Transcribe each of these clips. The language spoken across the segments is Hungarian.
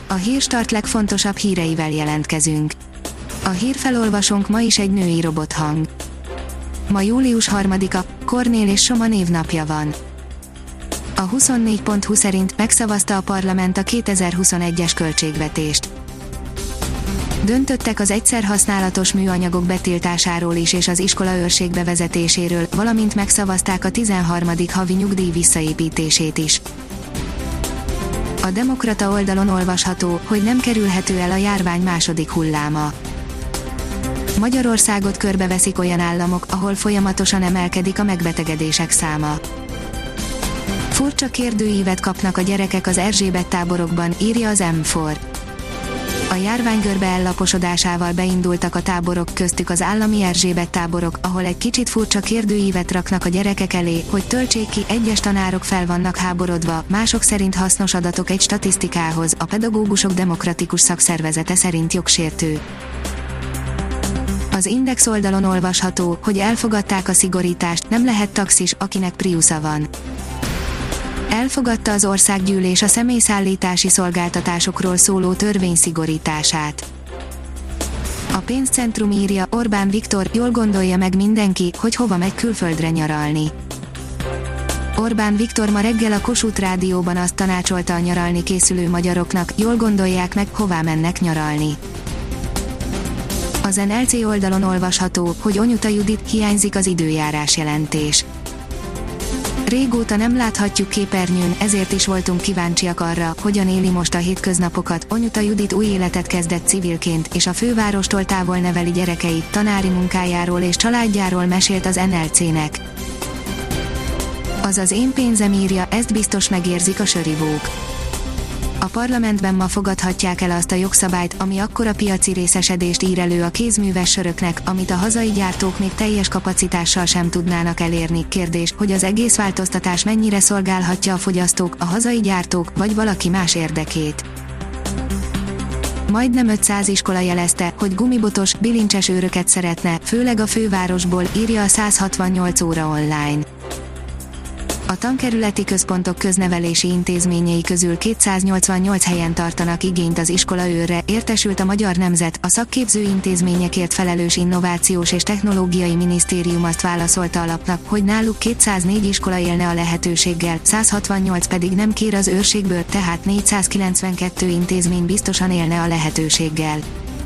A Hírstart legfontosabb híreivel jelentkezünk. A hírfelolvasónk ma is egy női robothang. Ma július 3-a, Kornél és Soma névnapja van. A 24.20 szerint megszavazta a parlament a 2021-es költségvetést. Döntöttek az egyszerhasználatos műanyagok betiltásáról is és az iskola őrség bevezetéséről, valamint megszavazták a 13. havi nyugdíj visszaépítését is. A Demokrata oldalon olvasható, hogy nem kerülhető el a járvány második hulláma. Magyarországot körbeveszik olyan államok, ahol folyamatosan emelkedik a megbetegedések száma. Furcsa kérdőívet kapnak a gyerekek az Erzsébet táborokban, írja az M4. A járványgörbe ellaposodásával beindultak a táborok, köztük az állami Erzsébet táborok, ahol egy kicsit furcsa kérdőívet raknak a gyerekek elé, hogy töltsék ki, egyes tanárok fel vannak háborodva, mások szerint hasznos adatok egy statisztikához, a Pedagógusok Demokratikus Szakszervezete szerint jogsértő. Az Index oldalon olvasható, hogy elfogadták a szigorítást, nem lehet taxis, akinek Priusa van. Elfogadta az országgyűlés a személyszállítási szolgáltatásokról szóló törvény szigorítását. A Pénzcentrum írja, Orbán Viktor, jól gondolja meg mindenki, hogy hova megy külföldre nyaralni. Orbán Viktor ma reggel a Kossuth Rádióban azt tanácsolta a nyaralni készülő magyaroknak, jól gondolják meg, hová mennek nyaralni. Az NLC oldalon olvasható, hogy Onyuta Judit, hiányzik az időjárás jelentés. Régóta nem láthatjuk képernyőn, ezért is voltunk kíváncsiak arra, hogyan éli most a hétköznapokat. Onyuta Judit új életet kezdett civilként, és a fővárostól távol neveli gyerekeit, tanári munkájáról és családjáról mesélt az NLC-nek. Az Én pénzem írja, ezt biztos megérzik a sörivók. A parlamentben ma fogadhatják el azt a jogszabályt, ami akkora piaci részesedést ír elő a kézműves söröknek, amit a hazai gyártók még teljes kapacitással sem tudnának elérni. Kérdés, hogy az egész változtatás mennyire szolgálhatja a fogyasztók, a hazai gyártók, vagy valaki más érdekét. Majdnem 500 iskola jelezte, hogy gumibotos, bilincses őröket szeretne, főleg a fővárosból, írja a 168 óra online. A tankerületi központok köznevelési intézményei közül 288 helyen tartanak igényt az iskolaőrre, értesült a Magyar Nemzet. A szakképző intézményekért felelős Innovációs és Technológiai Minisztérium azt válaszolta a lapnak, hogy náluk 204 iskola élne a lehetőséggel, 168 pedig nem kér az őrségből, tehát 492 intézmény biztosan élne a lehetőséggel.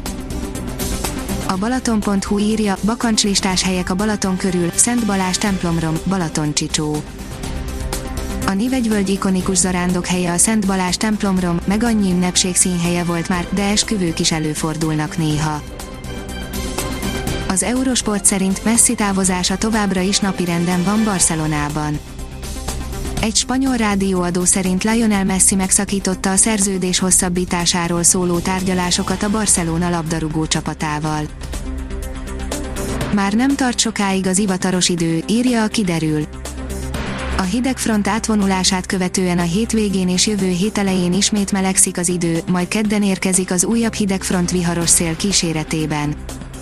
A Balaton.hu írja, bakancslistás helyek a Balaton körül, Szent Balázs templomrom, Balaton-Csicsó. A Nivegyvölgy ikonikus zarándokhelye a Szent Balázs templomrom, meg annyi ünnepség színhelye volt már, de esküvők is előfordulnak néha. Az Eurosport szerint Messi távozása továbbra is napirenden van Barcelonában. Egy spanyol rádióadó szerint Lionel Messi megszakította a szerződés hosszabbításáról szóló tárgyalásokat a Barcelona labdarúgó csapatával. Már nem tart sokáig az ivataros idő, írja a Kiderül. A hidegfront átvonulását követően a hétvégén és jövő hét elején ismét melegszik az idő, majd kedden érkezik az újabb hidegfront viharos szél kíséretében.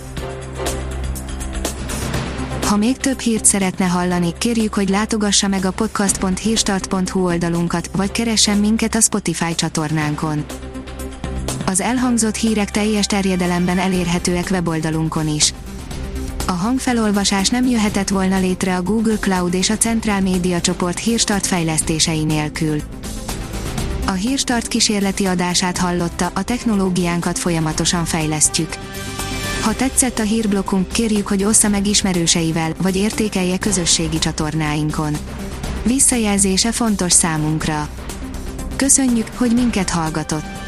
Ha még több hírt szeretne hallani, kérjük, hogy látogassa meg a podcast.hírstart.hu oldalunkat, vagy keressen minket a Spotify csatornánkon. Az elhangzott hírek teljes terjedelemben elérhetőek weboldalunkon is. A hangfelolvasás nem jöhetett volna létre a Google Cloud és a Centrál Média csoport Hírstart fejlesztései nélkül. A Hírstart kísérleti adását hallotta, a technológiánkat folyamatosan fejlesztjük. Ha tetszett a hírblokkunk, kérjük, hogy ossza meg ismerőseivel, vagy értékelje közösségi csatornáinkon. Visszajelzése fontos számunkra. Köszönjük, hogy minket hallgatott!